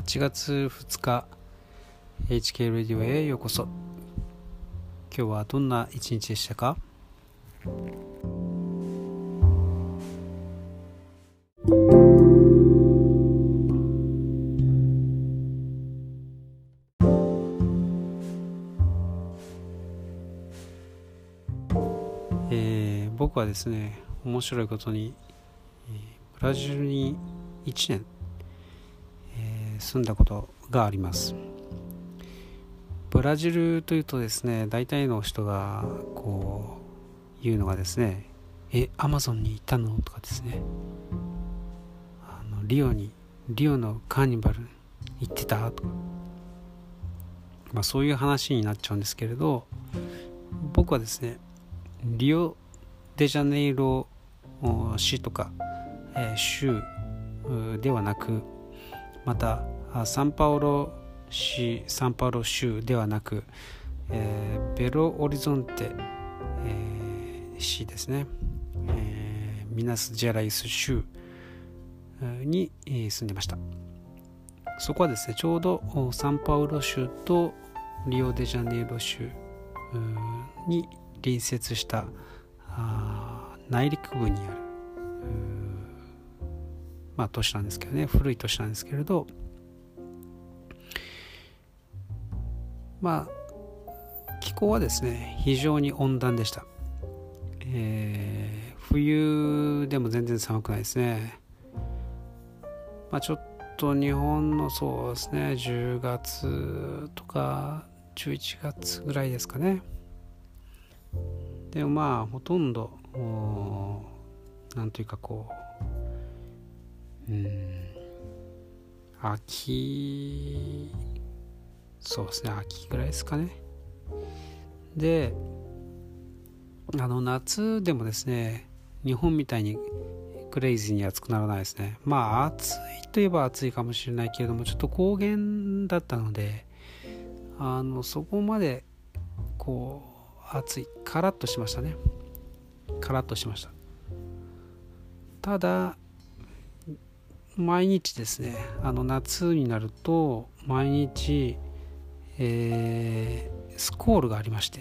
8月2日 HK ラジオへようこそ。今日はどんな一日でしたか？僕はですね、面白いことに、ブラジルに1年、住んだことがあります。ブラジルというとですね、大体の人がこう言うのがですね、アマゾンに行ったのとかですね、リオのカーニバル行ってたとか、そういう話になっちゃうんですけれど、僕はですね、リオデジャネイロ市とか、州ではなく、またサンパウロ州ではなく、ベロオリゾンテ、市ですね、ミナスジェライス州に住んでました。そこはですね、ちょうどサンパウロ州とリオデジャネイロ州に隣接した内陸部にある都市なんですけどね、古い都市なんですけれど、気候はですね、非常に温暖でした。冬でも全然寒くないですね。ちょっと日本のそうですね、10月とか11月ぐらいですかね。でもほとんどなんというか秋、そうですね、秋ぐらいですかね。で、夏でもですね、日本みたいにクレイジーに暑くならないですね。暑いといえば暑いかもしれないけれども、ちょっと高原だったので、そこまで暑い、カラッとしましたね。カラッとしました。ただ毎日ですね、夏になると毎日、スコールがありまして、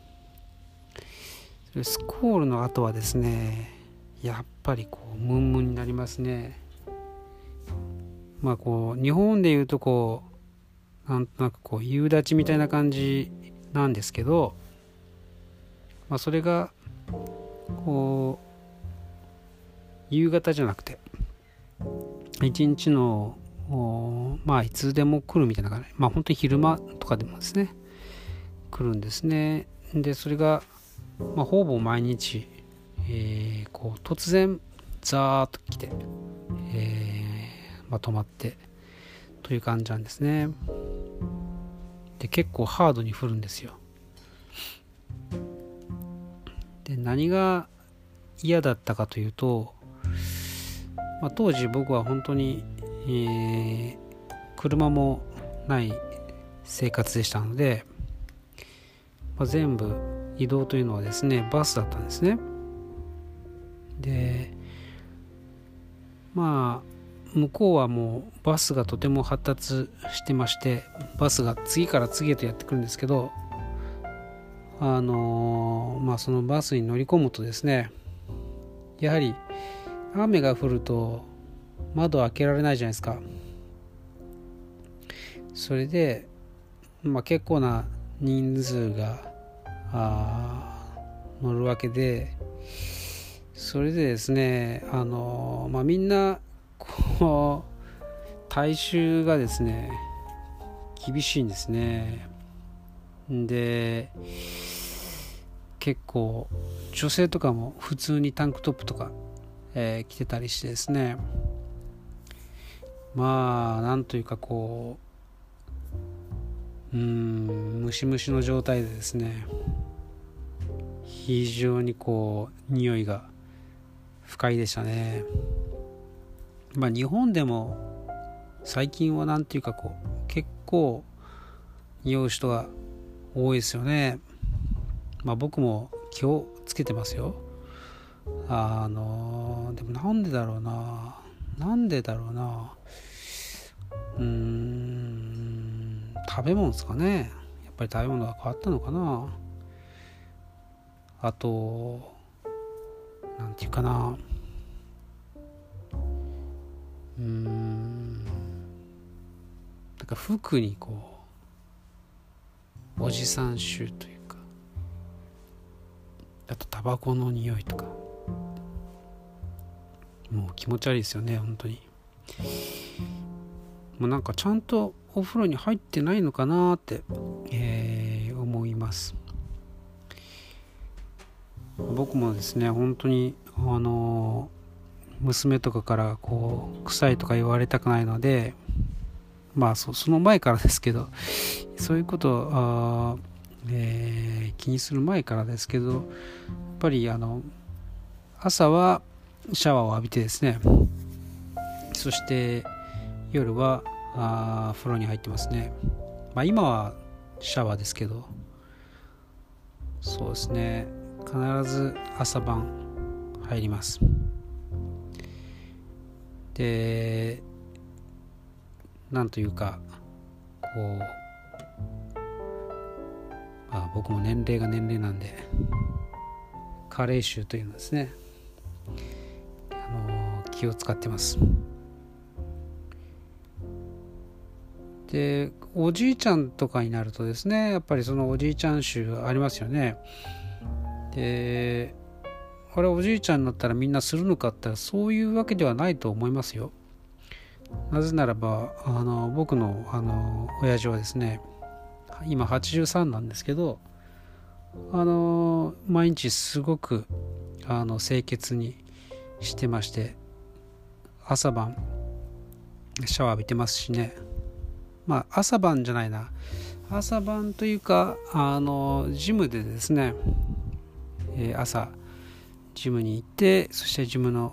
スコールの後はですね、やっぱりムンムンになりますね。日本でいうとなんとなく夕立みたいな感じなんですけど、それが夕方じゃなくて一日のいつでも来るみたいな感じ、本当に昼間とかでもですね来るんですね。でそれが、ほぼ毎日、突然ザーッと来て、止まってという感じなんですね。で結構ハードに降るんですよ。で何が嫌だったかというと、当時僕は本当に、車もない生活でしたので、全部移動というのはですね、バスだったんですね。で向こうはもうバスがとても発達してまして、バスが次から次へとやってくるんですけど、そのバスに乗り込むとですね、やはり雨が降ると窓を開けられないじゃないですか。それで、結構な人数が乗るわけで、それでですね、みんな体臭がですね厳しいんですね。で結構女性とかも普通にタンクトップとか、着てたりしてですね、なんというかムシムシの状態でですね、非常に匂いが不快でしたね。日本でも最近はなんていうか結構匂う人が多いですよね。僕も気をつけてますよ。でもなんでだろうな食べ物ですかね。やっぱり食べ物が変わったのかな。あとなんていうかな、なんか服にこうおじさん臭というか、あとタバコの匂いとか、もう気持ち悪いですよね本当に。もうなんかちゃんとお風呂に入ってないのかなって、思います。僕もですね本当に娘とかからこう臭いとか言われたくないので、その前からですけど、そういうことを気にする前からですけど、やっぱり朝はシャワーを浴びてですね、そして夜は風呂に入ってますね。今はシャワーですけど、そうですね、必ず朝晩入ります。で、なんというかこう、僕も年齢が年齢なんで、加齢臭というのですね、気を使ってます。で、おじいちゃんとかになるとですね、やっぱりそのおじいちゃん臭ありますよね。で、あれおじいちゃんになったらみんなするのかって言ったら、そういうわけではないと思いますよ。なぜならば僕の親父はですね、今83なんですけど、毎日すごく清潔にしてまして、朝晩シャワー浴びてますしね。朝晩じゃないな、朝晩というかジムでですね、朝ジムに行って、そしてジムの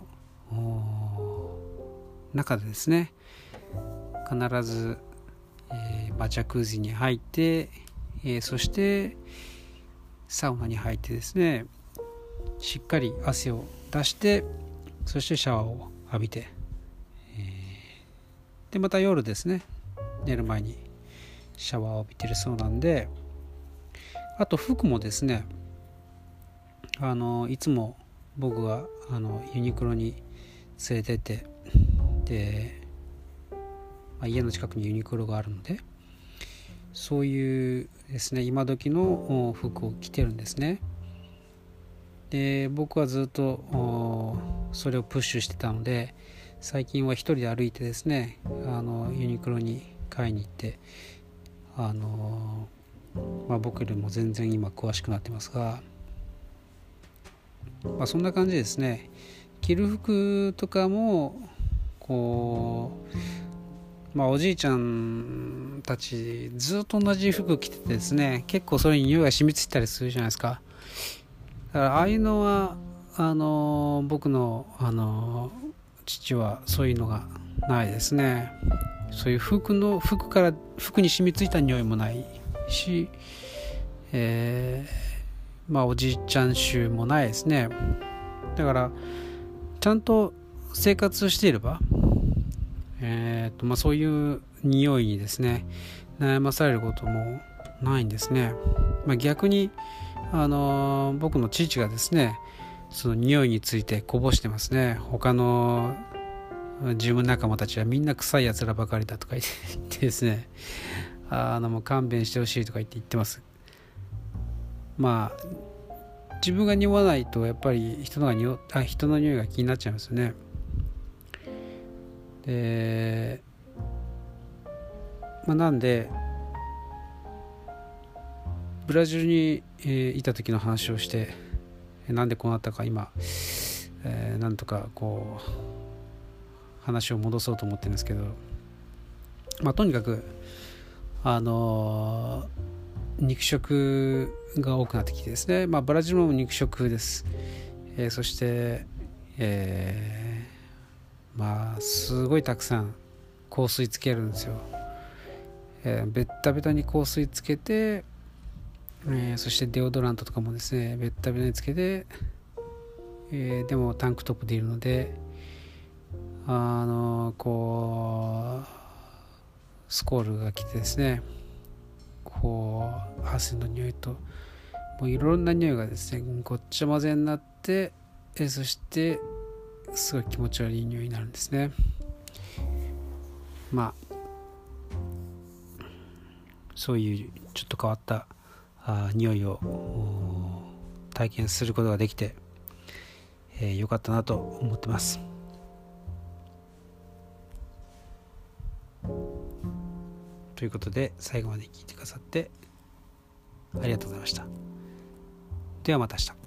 中でですね、必ず、ジャクージに入って、そしてサウナに入ってですね、しっかり汗を出して、そしてシャワーを浴びて、でまた夜ですね、寝る前にシャワーを浴びてるそうなんで、あと服もですね、いつも僕がユニクロに連れてって、で、家の近くにユニクロがあるので、そういうですね今時の服を着てるんですね。で、僕はずっとそれをプッシュしてたので、最近は一人で歩いてですね、ユニクロに買いに行って、僕よりも全然今詳しくなってますが、そんな感じですね。着る服とかもこう、おじいちゃんたちずっと同じ服着ててですね、結構それに匂いが染みついたりするじゃないですか。だからああいうのは僕の父はそういうのがないですね。そういう服に染みついた匂いもないし、おじいちゃん臭もないですね。だからちゃんと生活していれば、そういう匂いにですね悩まされることもないんですね。逆に僕の父がですね、その匂いについてこぼしてますね。他の自分仲間たちはみんな臭いやつらばかりだとか言ってですね、もう勘弁してほしいとか言ってます。自分が匂わないとやっぱり人の匂いが気になっちゃいますよね。で、なんでブラジルに、いた時の話をして、なんでこうなったか今、なんとかこう話を戻そうと思ってるんですけど、とにかく肉食が多くなってきてですね、ブラジルも肉食です。そして、すごいたくさん香水つけるんですよ。ベッタベタに香水つけて、そしてデオドラントとかもですねベッタベタにつけて、でもタンクトップでいるので、 スコールが来てですね、こう汗の匂いともういろんな匂いがですねごっちゃ混ぜになって、そしてすごい気持ち悪い匂いになるんですね。まあそういうちょっと変わった匂いを体験することができて、よかったなと思ってます。ということで最後まで聞いてくださってありがとうございました。ではまた明日。